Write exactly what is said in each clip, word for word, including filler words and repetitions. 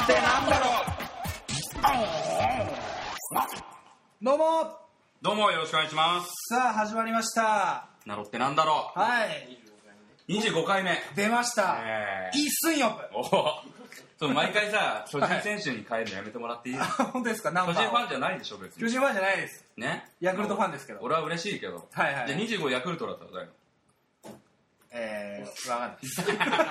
ってなんだろう。どうもどうもよろしくお願いします。 さあ始まりました。 ナロってなんだろう。 はいにじゅうごかいめ出ました、 えー、 イ・スンヨプ。 おそう毎回さ巨人選手に変えるのやめてもらっていいですか、 はい、本当ですか。ナンバー巨人ファンじゃないでしょ別に。 巨人ファンじゃないですね、 ヤクルトファンですけど。 俺は嬉しいけど、 はいはい、 じゃあにじゅうごヤクルトだったら誰の。 えー、わかんないです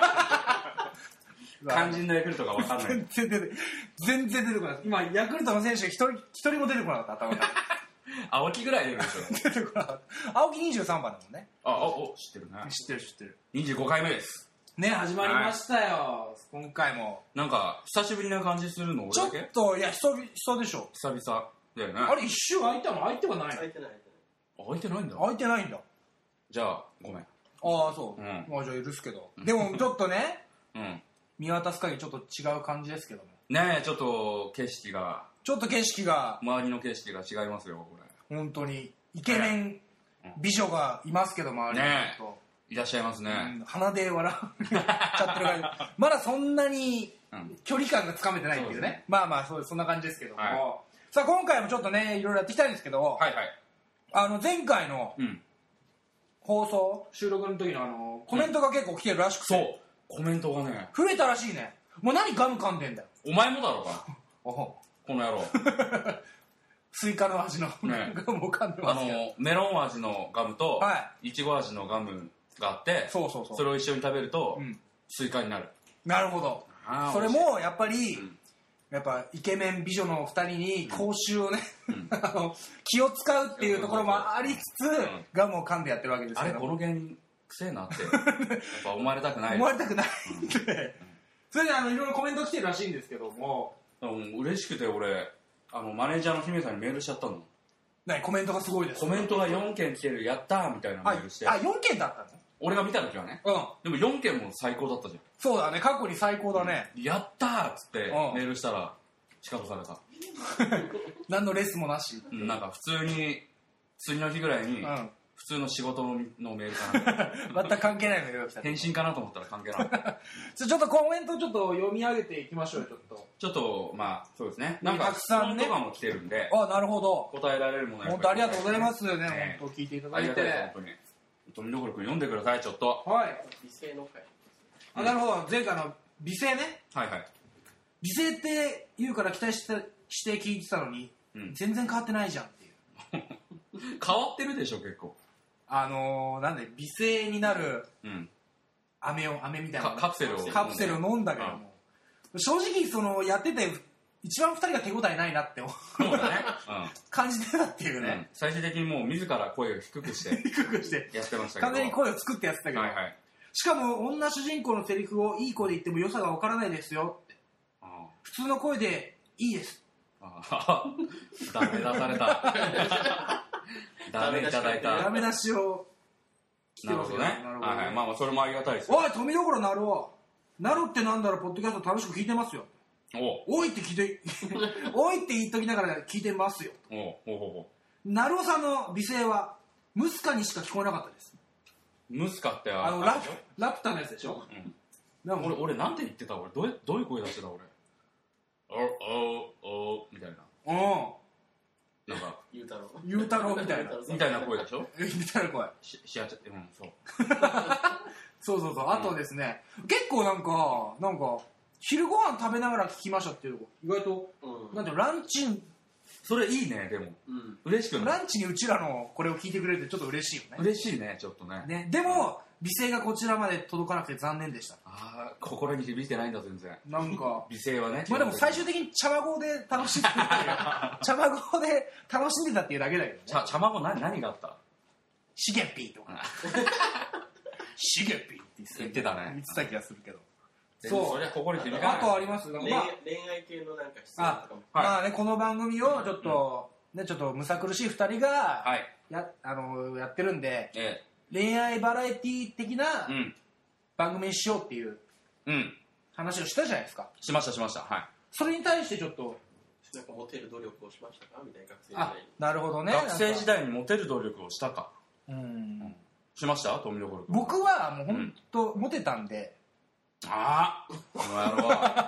肝心のヤクルトがわかんない。 全然出て全然出てこない。今ヤクルトの選手が一人一人も出てこなかった頭に青木ぐらい出るでしょ。 出てこなかった。青木にじゅうさんばんだもんね。 あお知ってるね。 知ってる知ってる。 にじゅうごかいめですね。始まりましたよ、はい、今回もなんか久しぶりな感じするの俺だけ。 ちょっといや久々でしょ。 久々だよね。 あれ一周空いたの。空いてはないの。 空いてない空いてないんだ。 空いてないんだ。 じゃあごめん。 ああそう、うん、まあじゃあ許すけど、でもちょっとね、うん、見渡す限りちょっと違う感じですけどもね。えちょっと景色がちょっと景色が周りの景色が違いますよこれ。 本当にイケメン美女がいますけど周りにねいらっしゃいますね、 うん、鼻で笑っちゃってる感じまだそんなに距離感がつかめてないっていうね、うん、ねまあまあそうそんな感じですけども、はい、さあ今回もちょっとねいろいろやっていきたいんですけど、 はいはい、 あの前回の、うん放送収録の時のあのコメントが結構来てるらしくて、うん、 そうコメントがね増えたらしいね。もう何ガム噛んでんだよ。 お前もだろうかこの野郎スイカの味の、ね、ガムを噛んでますけど、 あのメロン味のガムと、はい、いちご味のガムがあってそうそうそう、 それを一緒に食べると、うん、スイカになる。 なるほど。それもやっぱり、うんやっぱイケメン美女のふたりに口臭をね、うん、あの気を使うっていうところもありつつ、うん、ガムを噛んでやってるわけですけど、 あれこの芸人くせえなってやっぱ思われたくない思われたくないんで、うん、それであのいろいろコメント来てるらしいんですけども、 うん、嬉しくて俺あのマネージャーの姫さんにメールしちゃったの。 何コメントがすごいです。 コメントがよんけん来てるやったーみたいなメールして。 あ、よんけんだったの。 俺が見た時はね、うん、でもよんけんも最高だったじゃん。 そうだね、過去に最高だね、 うん、やったーっつってメールしたら仕方された何のレスもなし。 なんか普通に次の日ぐらいに、うん、普通の仕事のメールかな全く関係ないメールが来た。 返信かなと思ったら関係ないちょっとコメントちょっと読み上げていきましょうよ。ちょっとちょっとまあそうですね、なんかたくさんねとかも来てるんで、 あなるほど答えられるものは本当ありがとうございますね、ね本当聞いていただいてありがたいです本当に。 富所君読んでくださいちょっと。 はい美声の回、 あなるほど前回の美声ね。 はいはい、 美声って言うから期待してして聞いてたのに、うん、全然変わってないじゃんっていう変わってるでしょ結構。 あのー、なんで美声になる飴を飴みたいなカプセルをカプセルを飲んだけども、うん、正直そのやってて一番ふたりが手応えないなってそうだ、ねうん、感じてたっていうね、うん、 最終的にもう自ら声を低くして低くしてやってましたけど完全に声を作ってやってたけど、 はいはい、 しかも女主人公のセリフをいい声で言っても良さがわからないですよって、あ普通の声でいいですあダメ出されたダメいただいたダメ出しをなるほどね。はいはい、まあまあそれもありがたいですよ。 おい富所なるおなるってなんだろうポッドキャスト楽しく聞いてますよ。おおいって聞いておいって言っときながら聞いてますよ。おおおおなるおさんの美声はムスカにしか聞こえなかったです。 ムスカってあの ラ, ラプターのやつでしょ、 うん、俺俺なんて言ってた俺どうどういう声出してた俺おおおみたいなうんなんかゆうたろうゆうたろうみたいなみたいな声でしょみたいな声ししやっちゃってうんそうそうそうそうあとですね、うん、結構なんかなんか昼ご飯食べながら聞きましたっていうの意外と、うん、なんていうのランチそれいいねでも、うん、嬉しくないランチにうちらのこれを聞いてくれてちょっと嬉しいよね。 嬉しいねちょっと ね, ねでも、うん美声がこちらまで届かなくて残念でした。 ああ心に響いてないんだ全然なんか美声はねまあでも最終的に茶孫で楽しんでた茶孫で楽しんでたっていうだけだけどね。 茶茶孫 何, 何があったシゲピーとかシゲピーって言ってたね言ってた気がするけどそうそれは心に響かない。 あとあります、 まあ、恋, 恋愛系のなんか質問とかもあ、はい、まあねこの番組をちょっと、うん、ねちょっとむさ苦しいふたりが、はい、や, あのやってるんで、ええ恋愛バラエティ的な番組にしようっていう話をしたじゃないですか。 しましたしました。はい。 それに対してちょっとなんかモテる努力をしましたかみたいな学生時代に。 あ、なるほどね。 学生時代にモテる努力をしたか。うん。しました富所君。 僕はもう本当、うん、モテたんで。 ああ。この野郎。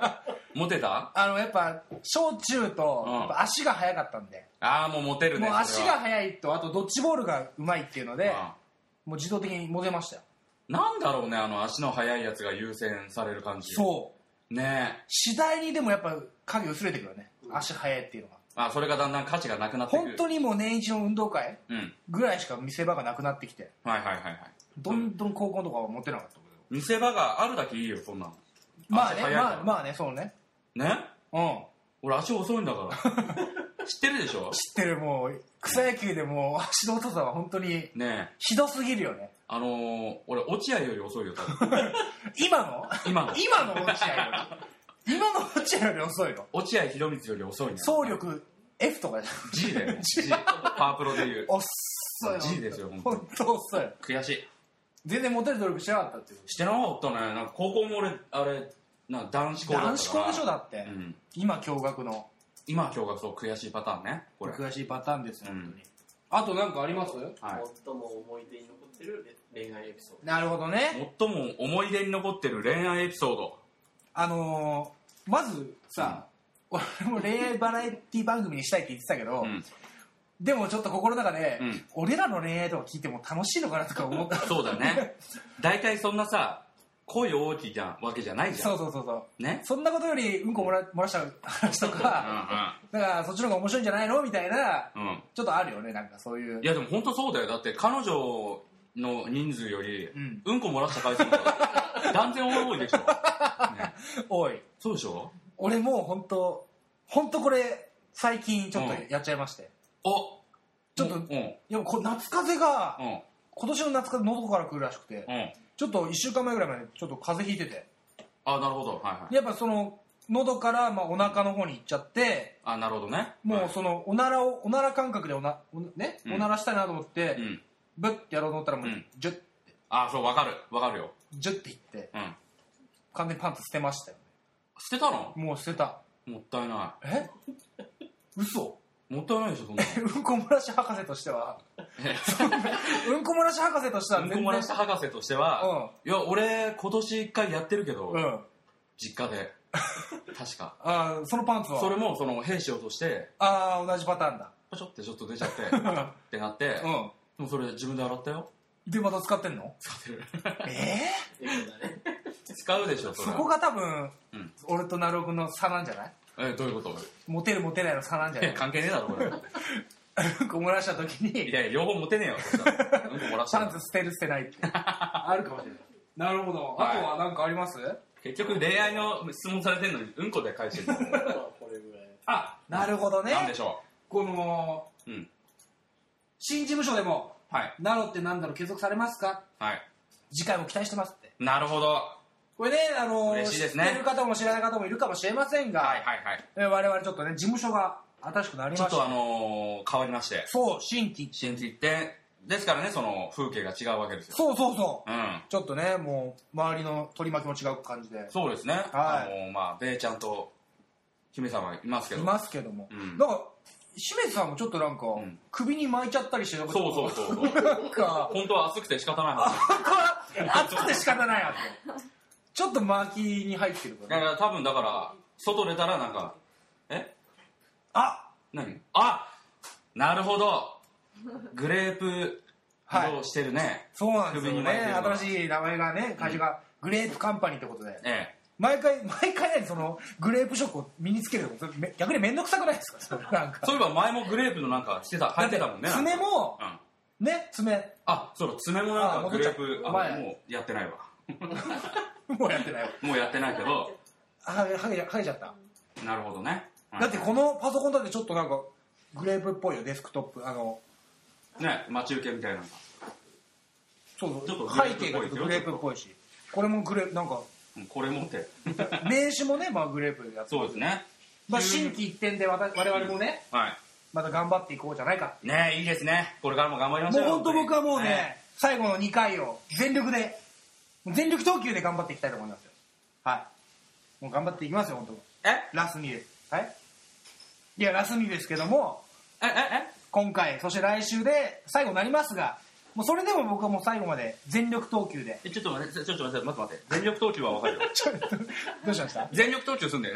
モテた？ あのやっぱ小中とやっぱ足が速かったんで、 ああもうモテるね。 もう足が速いとあとドッジボールがうまいっていうので、もう自動的にモテましたよ。 なんだろうね、あの足の速いやつが優先される感じ。 そうねえ。 次第にでもやっぱ影薄れてくるよね、足速いっていうのが。 あ、それがだんだん価値がなくなってくる。 本当にもう年一の運動会ぐらいしか見せ場がなくなってきて、 はいはいはいはい。 どんどん高校とかはモテなかったけど。 見せ場があるだけいいよ、そんなの。 まあね、まあまあね、そうね。 ね？ うん。 俺足遅いんだから知ってるでしょ？ 知ってる。もう草野球でもう足の遅さは本当にねひどすぎるよね。 あのー、俺落合より遅いよ多分今の今の今の落合より今の落合より遅いの？ 落合博満より遅いね。 走力 F とかじゃん。 G だよ G パワープロでいう遅いの。 G ですよ本当に。 本当遅い。 悔しい。 全然モテる努力してなかったっていう。 してなかったね。なんか高校も俺あれなんか男子校だったから。 男子校でしょだって、うん、今驚愕の今驚愕。そう悔しいパターンねこれ。 悔しいパターンですよ、うん、本当に。あと何かあります？はい、 最も思い出に残ってる恋愛エピソード。 なるほどね。 最も思い出に残ってる恋愛エピソード。 あのー、まずさ、うん、俺も恋愛バラエティ番組にしたいって言ってたけど、うん、でもちょっと心の中で、うん、俺らの恋愛とか聞いても楽しいのかなとか思った。 そうだね。大体そんなさ恋大きいじゃんわけじゃないじゃん。 そうそうそうそうね。 そんなことよりうんこ漏ら、漏らした話とかうん、うん、だからそっちの方が面白いんじゃないのみたいな、うん、ちょっとあるよねなんかそういう。 いやでも本当そうだよ。だって彼女の人数より、うん、うんこ漏らした回数が断然多いでしょ、ね、 多い。 そうでしょ。 俺もう本当本当これ最近ちょっとやっちゃいまして、 うん、おちょっと、うん、いやこ夏風邪が、うん、今年の夏風邪喉から来るらしくて、うん、ちょっといっしゅうかんまえぐらいまでちょっと風邪ひいてて。 あ、なるほど、はいはい。 やっぱその喉からまあお腹の方に行っちゃって。 あ、なるほどね。 もうそのおならをおなら感覚でおなおね、うん、おならしたいなと思って、うん、ブッてやろうと思ったらもう、うん、ジュッて。 あ、そうわかるわかるよ。 ジュッていって、うん、完全にパンツ捨てましたよね。 捨てたの？ もう捨てた。 もったいない。 え？嘘？ もったいないでしょそんな。 うんこ漏らし博士としてはうんこ漏らし博士としてはうんこ漏らし博士としては、うん、いや俺今年いっかいやってるけど、うん、実家で確かあそのパンツはそれもその兵士をとしてああ同じパターンだ。 パチョってちょっと出ちゃってってなって、うん、もうそれ自分で洗ったよ。 でまた使ってんの？ 使ってる。 えー、使うでしょそれ。 そこが多分、うん、俺となるおくんの差なんじゃない？ えどういうこと？ モテるモテないの差なんじゃない？ 関係ねえだろこれ。 うんこ漏らした時にいやいや両方モテねえよ。うんこ漏らしたパンツ捨てる捨てないってあるかもしれない。なるほど、はい、あとは何かあります？ 結局恋愛の質問されてるのにうんこで返してるこれぐらい。 あ、なるほどね。 なんでしょうこの、うん、新事務所でも、はい、ナロってなんだろう継続されますか？はい、次回も期待してますって。 なるほど。 これね、あのー、 嬉しいですね。 知ってる方も知らない方もいるかもしれませんが、はいはいはい、我々ちょっとね、事務所が新しくなりまして。 ちょっとあのー、変わりまして。 そう、新規。 新規ってですからね、その風景が違うわけですよ。 そうそうそう。うん、ちょっとね、もう、周りの取り巻きも違う感じで。 そうですね。はい、あのー、まあ、ベイちゃんと姫様いますけど。 いますけども。うん、なんか、清水さんもちょっとなんか、うん、首に巻いちゃったりしてる。 そうそうそうそう。なんか、本当は熱くて仕方ない話。 熱くて仕方ないやつ。ちょっと巻きに入ってるから。 だから多分だから、外出たらなんか、えあ何あなるほど。グレープをしてるね。はい、 そうなんですよね。新しい名前がね、会社がグレープカンパニーってことで。ええ。毎回、毎回ね、その、グレープショックを身につけるの逆にめんどくさくないですか？それなんかそういえば前もグレープのなんかしてた、入ってたもんね。 爪も、うん、ね、爪。 あ、そうだ、爪もなんかグレープ、あ、もうやってないわ。 もうやってないわ。 もうやってないけど。 あ、はげ、はげちゃった。 なるほどね。 だってこのパソコンだってちょっとなんか、グレープっぽいよ、デスクトップ。あの、 ね、待ち受けみたいな。 そうそう、ちょっと背景がグレープっぽいし。これもグレープ、なんか、 これ持って名刺もね、まあ、グレープでやってそうですね、 まあ、新規一点で我々もね、はい、また頑張っていこうじゃないかね。いいですね。これからも頑張りましょう。 もう本当僕はもうね、ね最後のにかいを全力で全力投球で頑張っていきたいと思いますよ。はいもう頑張っていきますよ本当。えラスにです。はいいやラスにですけどもえええ今回そして来週で最後になりますがもうそれでも僕はもう最後まで全力投球で。 えちょっと待って、ちょっと待って、待って待って。全力投球は分かるよ。 どうしました？ 全力投球するんだよね。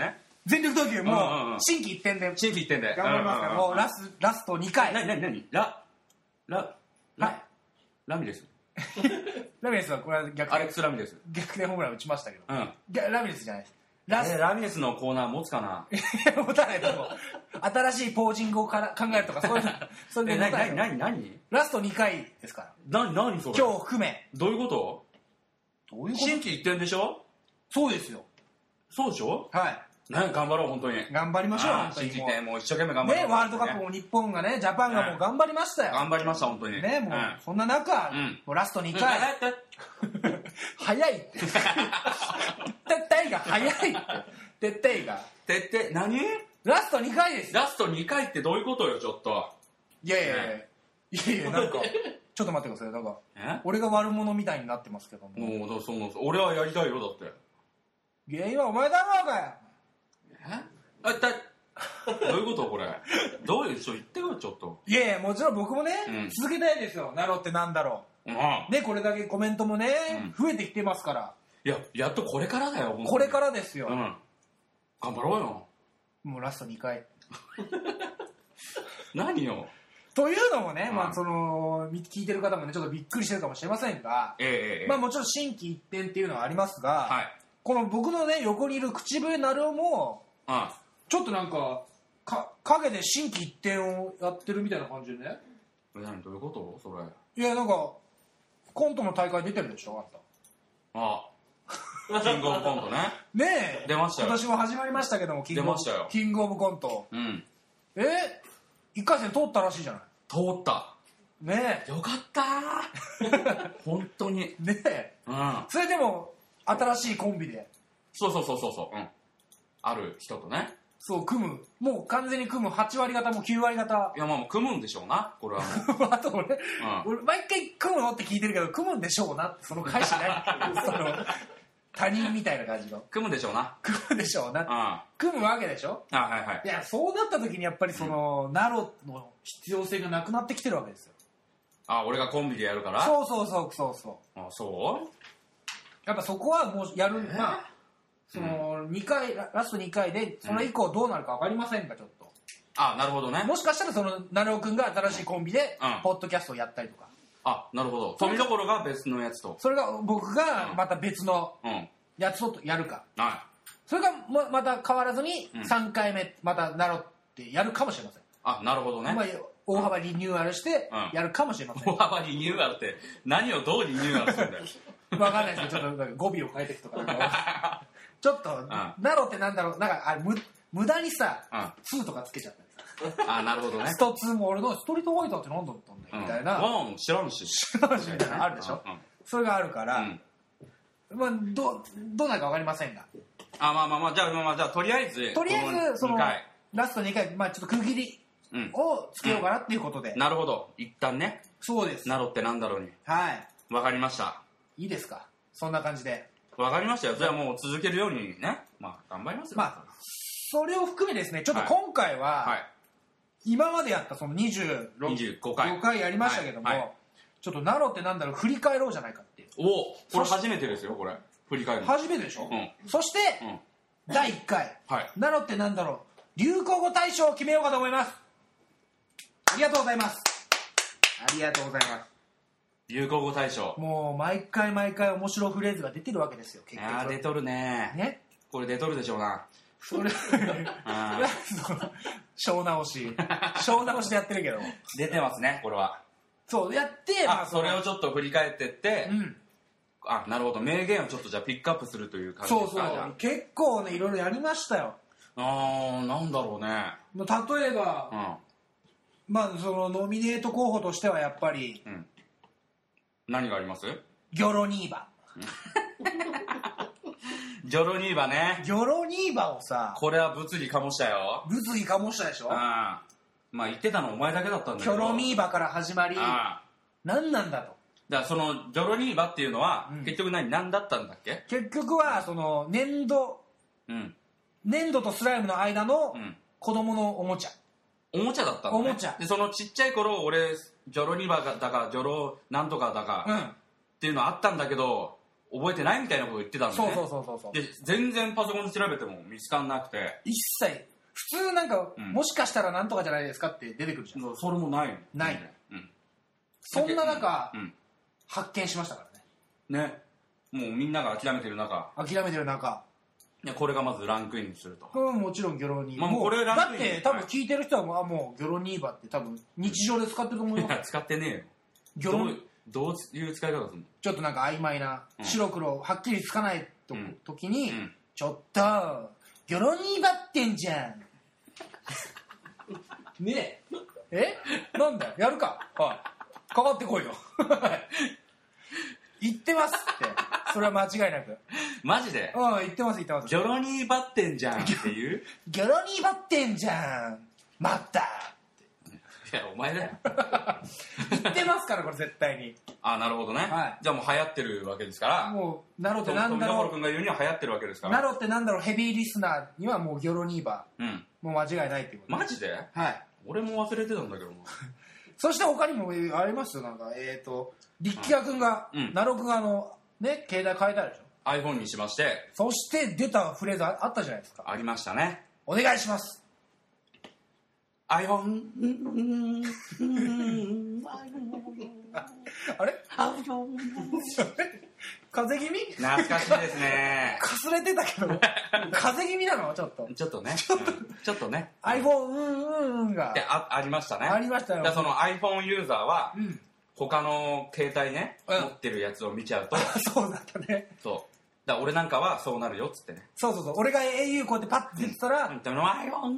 全力投球もう心機一転で心機一転で頑張りますから、もうラスラストにかい。 なになになにララララミレスラミレスはこれは逆アレックス・ラミレス逆転ホームラン打ちましたけど、 うん、 ラミレスじゃないです。 ラ, えー、ラミレスのコーナー持つかな持たないと思う。新しいポージングをから考えるとかそういうのそういうのえ何何何ラストにかいですから。 何何それ今日含め。 どういうこと？ どういうこと？ 心機一転でしょ？ そうですよ。 そうでしょ？ はいね、頑張ろう本当に。 頑張りましょう。本当に心機一転もう一生懸命頑張ろう。 ね、ワールドカップも日本がね、ジャパンがもう頑張りましたよ。 頑張りました本当に。 ね、もうそんな中、もうラストにかい。早いって。絶対が早いって。徹底が徹底何？ ラストにかいです。 ラストにかいってどういうことよちょっと。 いやいやいや、ね、いやいやなんかちょっと待ってください。なんか俺が悪者みたいになってますけども。 もうだそう俺はやりたいよだって。 原因はお前だろうかよ。 え？あだどういうことこれ？どういう人言ってよちょっと。 いやいやもちろん僕もね、うん、続けたいですよ。ナロってなんだろう。うん、ねこれだけコメントもね、うん、増えてきてますから。 いややっとこれからだよ。 これからですよ。 うん頑張ろうよ。 もうラストにかい。 何よ。 というのもね、うん、まあその聞いてる方もねちょっとびっくりしてるかもしれませんが、えー、まあもちろん心機一転っていうのはありますが、はい、この僕のね横にいる口笛なるおも、うん、ちょっとなんかか影で心機一転をやってるみたいな感じでね。 え何どういうことそれ？ いやなんかコントの大会出てるでしょあんた。 ああ。キングオブコントね。 ねえ。 出ましたよ。 今年も始まりましたけども、キングオブ、キングオブコント。うん。えいっかい戦通ったらしいじゃない。 通った。 ねえ。 よかったー。本当に。 ねえ。うん。それでも、新しいコンビで。 そうそうそうそうそう。うん。ある人とね。 そう、組む。もう完全に組む。はちわり方もきゅうわり方。 いや、まあもう組むんでしょうな。これはもう。 あと俺、うん、俺、毎回組むのって聞いてるけど、組むんでしょうなって、その返しないその、他人みたいな感じの。 組むでしょうな。 組むでしょうな。うん、組むわけでしょ。 あ、はいはい。 いや、そうなった時にやっぱりその、うん、ナロの必要性がなくなってきてるわけですよ。 あ、俺がコンビでやるから？ そうそうそうそうそう。 あ、そう？ やっぱそこはもうやる、えー、まあ、そのにかい、ラストにかいで、その以降どうなるか分かりませんか、ちょっと。 あ、なるほどね。 もしかしたらその、なるおくんが新しいコンビで、ポッドキャストをやったりとか。 あ、なるほど。富所が別のやつと。 それが僕がまた別のやつとやるか。はい。それがまた変わらずにさんかいめまたなろってやるかもしれません。 あ、なるほどね。 まあ、大幅リニューアルしてやるかもしれません。 大幅リニューアルって何をどうリニューアルするんだよ。 わかんないですけど、ちょっと語尾を変えていくとか。ちょっと、なろってなんだろう、なんかあれ無駄にさ、ツーとかつけちゃったりさ。 あ、なるほどね。 ストツーも俺のストリートファイターって何だったんだよみたいな。 うん、知らんし。 知らんしみたいなあるでしょ。それがあるから、まあどどうなるかわかりませんが。 あ、まあまあまあじゃあまあじゃあとりあえずとりあえずそのラストにかいまあちょっと区切りをつけようかなっていうことで。 なるほど。一旦ね。 そうです。 なろってなんだろうに。 はい。 わかりました。 いいですか。そんな感じで。 わかりましたよ。じゃあもう続けるようにね。まあ頑張りますよ。 まあそれを含めですね。ちょっと今回は、はい、今までやったそのにじゅうごかいごかいやりましたけども、はいはい、ちょっとナロってなんだろう振り返ろうじゃないかっていう。 おお。これ初めてですよこれ。振り返るの。 初めてでしょ。うん、そして、うん、だいいっかい、はい、ナロってなんだろう流行語大賞を決めようかと思います。ありがとうございます。ありがとうございます。 流行語大賞。 もう毎回毎回面白フレーズが出てるわけですよ。 結局。ああ出とるね。ね。これ出とるでしょうな。 それ小直し小直しでやってるけど出てますねこれは。 そうやって、 まあ、それをちょっと振り返ってって、うん、あなるほど名言をちょっとじゃあピックアップするという感じですか。 そうそう結構ねいろいろやりましたよ。 あーなんだろうね。 例えば、うん、まあそのノミネート候補としてはやっぱり、うん、 何があります？ ギョロニーバギョロニーバね。 ギョロニーバをさこれは物議かもしたよ。 物議かもしたでしょ。 あまあ言ってたのお前だけだったんだけどギョロニーバから始まり何なんだと。 だからそのギョロニーバっていうのは、うん、結局何何だったんだっけ。 結局はその粘土、うん、粘土とスライムの間の子供のおもちゃ、 うん、おもちゃだったのね。 おもちゃでそのちっちゃい頃俺ギョロニーバだかギョロなんとかだか、うん、っていうのあったんだけど覚えてないみたいなこと言ってたんで、ね、 そうそうそうそう。 で、全然パソコンで調べても見つかんなくて。 一切、普通なんか、うん、もしかしたらなんとかじゃないですかって出てくるじゃん。 それもないの。 ない。うん。そんな中、うん、発見しましたからね。 ね。もうみんなが諦めてる中。 諦めてる中。 いやこれがまずランクインすると。 うん、もちろんギョロニーバ。 まあ、これランクインだって多分聞いてる人はもうギョロニーバって多分日常で使ってると思います。 いや、使ってねえよ。ギョロニーバ。どういう使い方するの？ ちょっとなんか曖昧な、うん、白黒はっきりつかないと、うん、時に、うん、ちょっとギョロニーバってんじゃんねええなんだよやるかはいかかってこいよ言ってますってそれは間違いなくマジで？ うん言ってます言ってます。 ギョロニーバってんじゃんっていうギョロニーバってんじゃん待ったいやお前だよ言ってますからこれ絶対に。 あなるほどね、はい、じゃあもう流行ってるわけですからもうナロってなんだろう富所君が言うには流行ってるわけですからナロってなんだろうヘビーリスナーにはもうギョロニーバ、うん、もう間違いないっていうことマジで？ はい俺も忘れてたんだけどなそして他にもありますよなんかえっ、ー、と力也君が、うん、ナロ君があのね携帯変えたでしょ iPhone にしましてそして出たフレーズあったじゃないですか。 ありましたね。 お願いします。 iPhone あれ風邪気味懐かしいですねかすれてたけど風邪気味なのちょっとちょっとねちょっと、うん、ちょっとね iPhone うんうんがあ, ありましたね。 ありましたよ。 だその iPhone ユーザーは、うん、他の携帯ね、うん、持ってるやつを見ちゃうとそうだったね。 そうだ俺なんかはそうなるよっつってね。 そうそうそう俺が au こうやってパッて出てたら、 うん、iPhone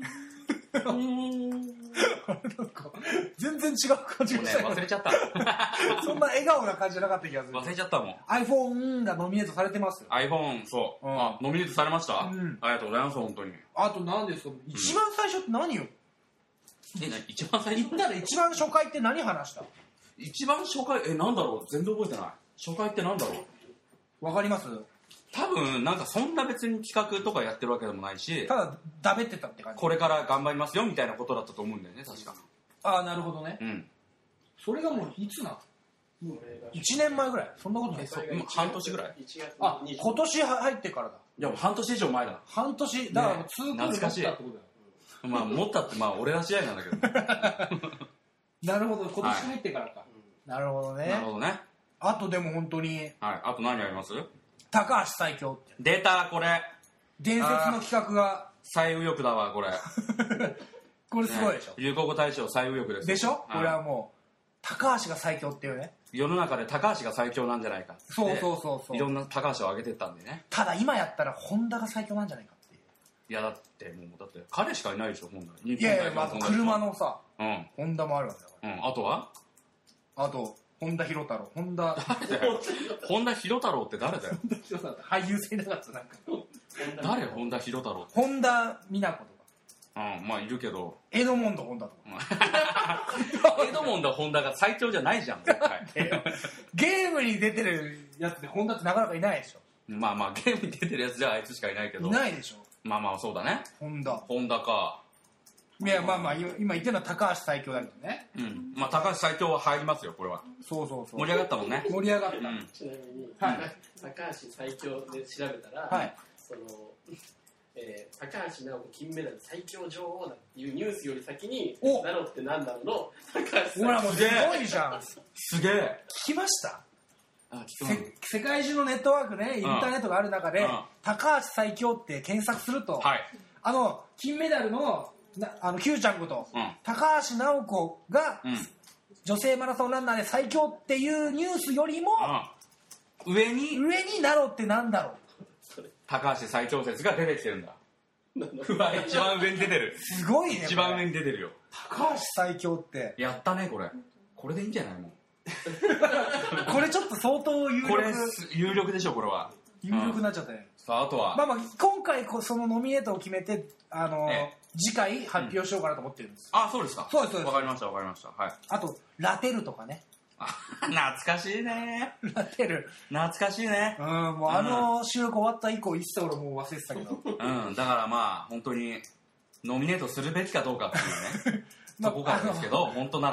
全然違う感じがした、 ね、忘れちゃったそんな笑顔な感じじゃなかった気がする。 忘れちゃったもん。 iPhone がノミネートされてますよ。 iPhone そう、うん、あノミネートされました、うん、ありがとうございます本当に。 あと何ですか、うん、一番最初って何よ。 え何一番最初言ったら一番初回って何話した？ 一番初回えなんだろう全然覚えてない。初回ってなんだろうわかります？ 多分なんかそんな別に企画とかやってるわけでもないし、 ただだべってたって感じ。 これから頑張りますよみたいなことだったと思うんだよね確か。 ああなるほどね。うんそれがもういつなの？いちねんまえぐらい。そんなことない。そう半年ぐらい。 あ今年入ってからだ。 いやもう半年以上前だ。 半年だからもうツークール持ったってことだよ。 まあ持ったってまあ俺ら試合なんだけどなるほど今年入ってからか、はい、なるほどね。 なるほどね。 あとでも本当にはいあと何あります？ 高橋最強って出たこれ伝説の企画が最右翼だわこれこれすごいでしょ、ね、 流行語大賞最右翼ですでしょ、はい、これはもう高橋が最強っていうね世の中で高橋が最強なんじゃないかってそうそうそうそういろんな高橋を上げてったんでね。 ただ今やったらホンダが最強なんじゃないかっていう。 いやだってもうだって彼しかいないでしょホンダ。 いやいやまず車のさ、うん、ホンダもあるわけだから、 うん、あとはあと本田博太郎。本田本田博太郎って誰だよ。 俳優性なかったなんか誰本田博太郎って。 本田美奈子とか。 うんまあいるけどエドモンド本田とかエドモンド本田が最強じゃないじゃんゲームに出てるやつで本田ってなかなかいないでしょ。 まあまあゲームに出てるやつじゃあいつしかいないけどいないでしょ。 まあまあそうだね本田本田か。 いやまあまあ今言ってるのは高橋最強だけどね。 うんまあ高橋最強は入りますよこれは。 そうそうそう盛り上がったもんね。 盛り上がった、うん、 ちなみに、はい、高橋最強で調べたら、はい、その、えー、高橋尚子金メダル最強女王だっていうニュースより先にナロってなんだろうの高橋最強。 ほらもうすごいじゃんすげえ聞きました。あ世界中のネットワークねインターネットがある中で、うんうん、高橋最強って検索すると、はい、あの金メダルのなあの Q ちゃんこと、うん、高橋尚子が、うん、女性マラソンランナーで最強っていうニュースよりも、 うん、上に上になろうってなんだろう高橋最強説が出てきてるんだうわ一番上に出てるすごいね一番上に出てるよ高橋最強ってやったねこれこれでいいんじゃないもんこれちょっと相当有力これ有力でしょこれは有力になっちゃったね、 うん、さああとはまあまあ今回そのノミネートを決めてあのーええ次回発表しようかなと思ってるんです、 うん、あそうですか。 そうですそうです。 わかりましたわかりました。はい。 あとラテルとかね。 懐かしいね。 ラテル懐かしいね。 うんもうあの収録終わった以降一切俺もう忘れてたけど。 うんだからまあ本当にノミネートするべきかどうかっていうねとこからですけど本当なら。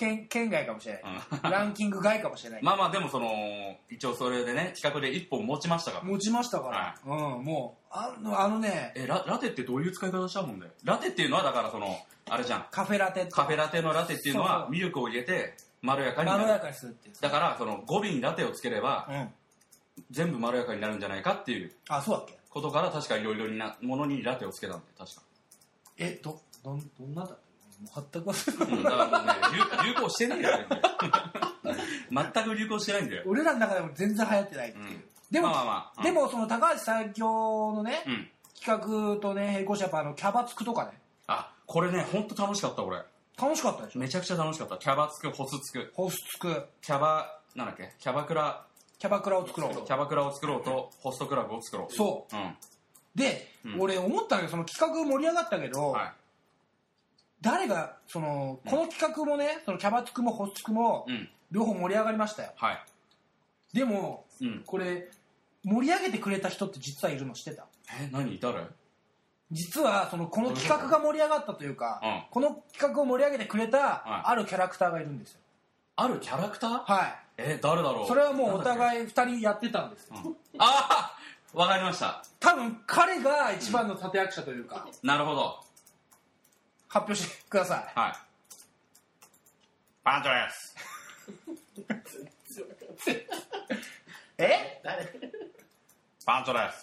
県県外かもしれない、うん、ランキング外かもしれない。 まあまあでもその一応それでね企画で一本持ちましたから。 持ちましたから、はい、うんもうあのあのねえ ラ, ラテってどういう使い方したもんだよ。ラテっていうのはだからそのあれじゃん、 カフェラテカフェラテのラテっていうのはそうそうミルクを入れてまろやかになる、 まろやかにするっていう。 だからその語尾にラテをつければ、うん、全部まろやかになるんじゃないかっていうあそうだっけことから確かいろいろなものにラテをつけたんで確か。 えどどんどんなだった全く忘れない、うん、だからもうね流行してねえよ全く流行してないんだよ。 俺らの中でも全然流行ってないっていう、うん、でも、まあまあまあ、うん、でもその高橋最強のね、うん、企画とね並行してやっぱあのキャバつくとかね。 あこれね本当楽しかった俺。 楽しかったでしょ。 めちゃくちゃ楽しかった。キャバつくホスつくホスつくキャバなんだっけキャバクラキャバクラを作ろうキャバクラを作ろうとホストクラブを作ろう。 そう、うん、で、うん、俺思ったんだけどその企画盛り上がったけど、はい、誰がそのこの企画もねそのキャバつくもホスつくも、うん、両方盛り上がりましたよ、はい、でも、うん、これ盛り上げてくれた人って実はいるの知ってた？ え何誰？ 実はそのこの企画が盛り上がったというか、うん、この企画を盛り上げてくれたあるキャラクターがいるんですよ。 あるキャラクター？ はい。 え誰だろう？ それはもうお互いふたりやってたんですよ、うん、 ああわかりました。 多分彼が一番の立役者というか、 うん、なるほど。 発表してください。 はい。パンチョですえ誰？ パンチョです。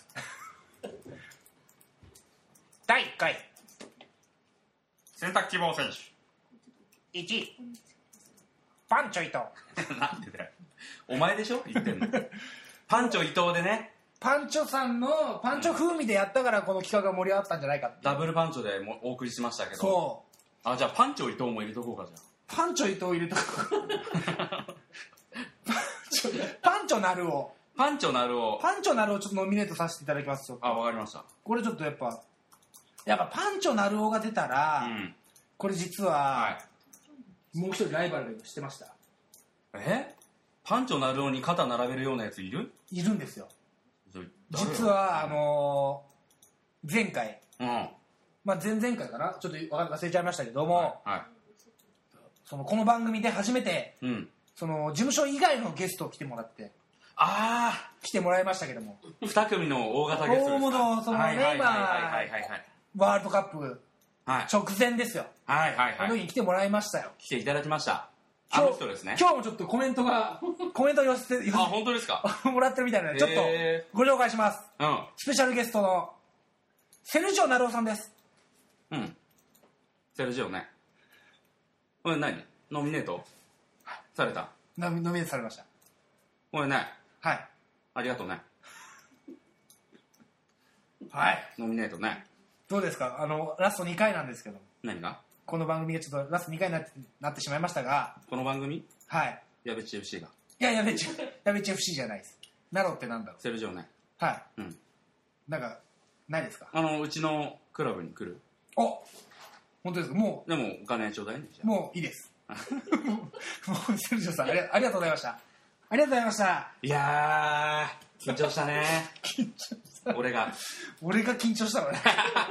だいいっかい選択希望選手いちいパンチョ伊藤なんでだよお前でしょ言ってんのパンチョ伊藤でねパンチョさんのパンチョ風味でやったからこの企画が盛り上がったんじゃないかって。 ダブルパンチョでもお送りしましたけど。 そうあじゃあパンチョ伊藤も入れとこうか。じゃあパンチョ伊藤入れとこうパンチョパンチョなるをパンチョなるをパンチョなるをちょっとノミネートさせていただきます。 あわかりました。 これちょっとやっぱやっぱパンチョなるおが出たら、うん、これ実は、はい、もう一人ライバルでしてました。 えパンチョなるおに肩並べるようなやついる？ いるんですよ。実はあのー、前回、うん、まあ前々回かなちょっと忘れちゃいましたけども、はいはい、そのこの番組で初めて、うん、その事務所以外のゲストを来てもらってああ来てもらいましたけどもに組の大型ゲストですか。 大物そのね今ワールドカップ直前ですよ。 はいはいはい。 この時に来てもらいましたよ。 来ていただきました。あの人ですね。 今日もちょっとコメントがコメント寄せてあ本当ですかもらってるみたいなのでちょっとご紹介します。うん。スペシャルゲストのセルジオナルオさんです。 うん。セルジオね。これ何？ノミネートされた？ ノミネートされました。 これね。 はい。 ありがとうね。 はい。 ノミネートね。 どうですか？あのラストにかいなんですけど。 何が？ この番組がちょっとラストにかいになって、なってしまいましたが。 この番組？ はい。 やべっち エフシー が。 いややべっちやべっち エフシー じゃないです。ナロってなんだろう。 セルジオね。 はい。うん。なんかないですか？ あのうちのクラブに来る？ お、本当ですか？もう。 でもお金ちょうだいね。じゃあもういいです。もうセルジオさんあり、ありがとうございました。ありがとうございました。 いやー緊張したね。 緊張した。 俺が。 俺が緊張したのね。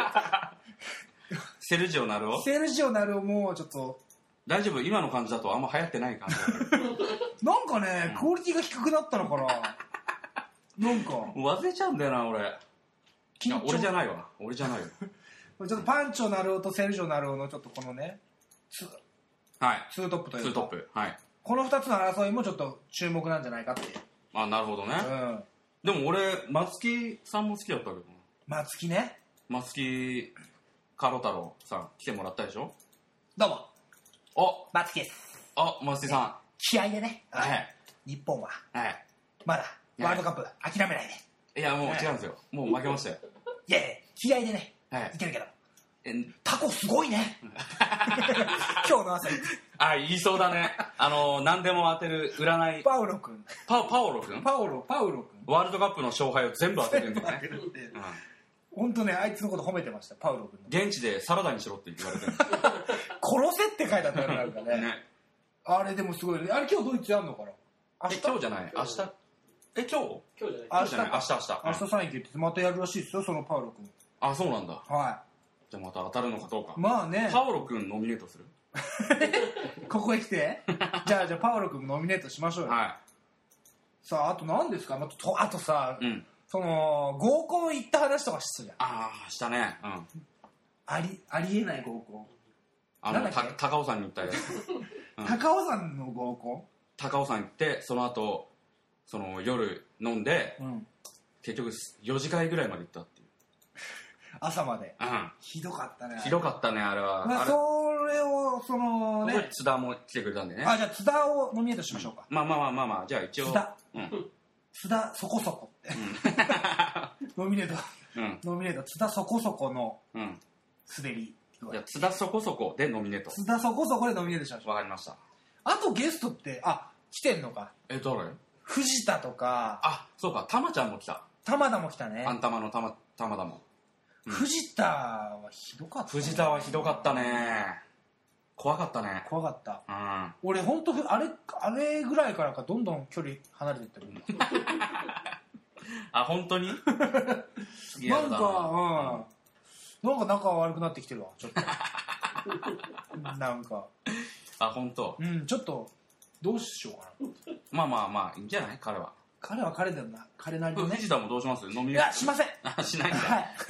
セルジオナルオ？ セルジオナルオもちょっと大丈夫？今の感じだとあんま流行ってない感じ。 なんかね、うん、クオリティが低くなったのかな。なんか忘れちゃうんだよな俺。いや俺じゃないわ。俺じゃないよ。 ちょっとパンチョナルオとセルジオナルオのちょっとこのねはい、 ツートップというかツートップ、はい、 このふたつの争いもちょっと注目なんじゃないかっていう。 あなるほどね、うん、でも俺松木さんも好きだったけどな。 松木ね。 松木カロ太郎さん来てもらったでしょ。 どうもお松木です。 あ松木さん気合でね、 はい、 日本は、 はい、 まだワールドカップ諦めないで。いやもう違うんですよ、もう負けましたよ。 いやいや気合でね、はい、いけるけどタコすごいね。今日の朝にあ言いそうだね。あの何でも当てる占いパウロ君パパオロ君パオロパウロ君ワールドカップの勝敗を全部当てるんだよね。 本当ねあいつのこと褒めてましたパウロ君。 現地でサラダにしろって言われてる。 殺せって書いてあったよなんかね。ねあれでもすごいね。あれ今日ドイツやんのかな。 明日今日じゃない明日え今日今日じゃない明日明日明日明日さん駅ってまたやるらしいですよそのパウロ君。 あそうなんだ。 はい。 じゃあまた当たるのかどうか。 まあね。 パオロ君ノミネートする？ ここへ来てじゃあじゃあパオロ君ノミネートしましょうよ。はい。さああと何ですか。あと、あとさ、うん、その合コン行った話とかしたじゃん。 ああしたね。うん。 ありありえない合コン。 あのた高尾山に行ったやつ。 うん、高尾山の合コン。 高尾山行ってその後その夜飲んで、うん、結局よじかんぐらいまで行ったっていう。 朝まで、 うん、 ひどかったね。 ひどかったねあれは。 まあ、それをそのね津田も来てくれたんでね。 あじゃあ津田をノミネートしましょうか。 うん、まあまあまあまあまあじゃあ一応津田、うん、津田そこそこって、うん、ノミネート、うん、ノミネート津田そこそこの滑り、 じゃあ津田そこそこでノミネート。 津田そこそこでノミネートしましょう。 わかりました。 あとゲストってあ来てんのか。 え誰？ 藤田とか。 あそうかたまちゃんも来た。 玉田も来たね。 あんたまのたま玉田も。 うん、藤田はひどかった、ね、 藤田はひどかったね。怖かったね。 怖かった、 うん、 俺本当あれあれぐらいからかどんどん距離離れていってるあ本当になんかうんなんか仲悪くなってきてるわちょっとなんかあ本当うんちょっとどうしようかなまあまあまあいいんじゃない彼は。 彼は彼だよな彼なりのね。 藤田もどうします？飲み。 いやしません。 あしないんだ。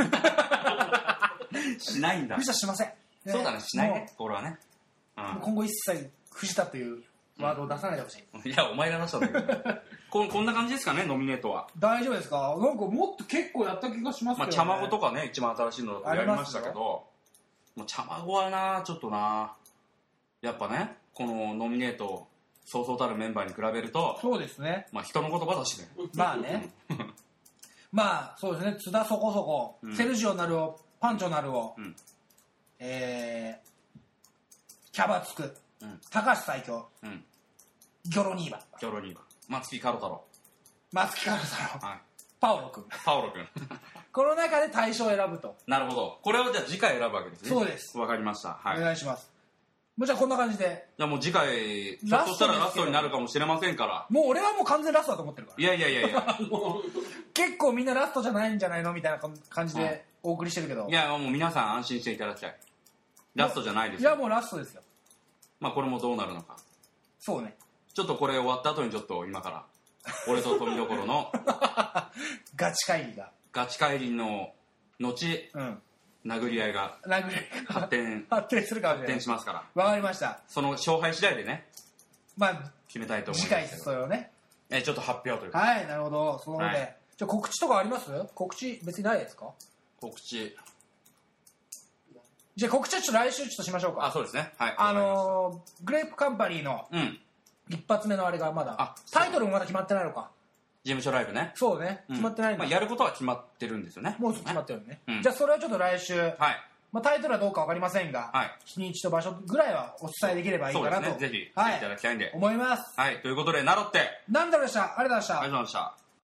はいしないんだ。 藤田しません。 そうだねしないねこれはね。 うん、今後一切藤田というワードを出さないでほしい、 うん、いやお前が出したんだけどこ, こんな感じですかねノミネートは。 大丈夫ですか。なんかもっと結構やった気がしますけどね。 まあ茶まごとかね一番新しいのやりましたけどもう茶まごはなちょっとなやっぱねこのノミネートそうそうたるメンバーに比べるとそうですねまあ人の言葉だしねまあねまあそうですね津田そこそこ、うん、セルジオなるおパンチョなるお、うん、えー、キャバツク、うん、高橋最強、うん、ギョロニーバギョロニーバ松木カロ太郎松木カロ太郎、はい、パオロ君パオロ君この中で大賞を選ぶと。 なるほどこれをじゃあ次回選ぶわけですね。 そうです。 わかりました、はい、 お願いします。もうじゃあこんな感じで。 じゃあもう次回ひょっとしたらラストになるかもしれませんから。 もう俺はもう完全ラストだと思ってるから。 いやいやいやいや結構みんなラストじゃないんじゃないのみたいな感じでお送りしてるけど、 いやもう皆さん安心していただきたい。ラストじゃないですよ。いやもうラストですよ。 まあこれもどうなるのか。 そうね。 ちょっとこれ終わった後にちょっと今から俺と富所のガチ会議がガチ会議の後、うん、殴り合いが発展発展するかもしれない。 発展しますから。 わかりました。 その勝敗次第でね、まあ決めたいと思います。 次回それをね。 えちょっと発表というか。 はいなるほどそのので、はい、じゃあ告知とかあります？告知別にないですか？ 告知。 じゃあ告知はちょっと来週ちょっとしましょうか。 あそうですね。はい。 あのー、グレープカンパニーの一発目のあれがまだ、うん、タイトルもまだ決まってないのか。 事務所ライブね。 そうね、決まってないんだ、 うんまあ、やることは決まってるんですよね。 もう決まってるね、うん、じゃあそれはちょっと来週、はいまあ、タイトルはどうか分かりませんが、はい、日にちと場所ぐらいはお伝えできればいいかなと。 そうですねぜひ来ていただきたいんで、 はい、思います。 はいということでナロってなんだろうでした。ありがとうございました。 ありがとうございました。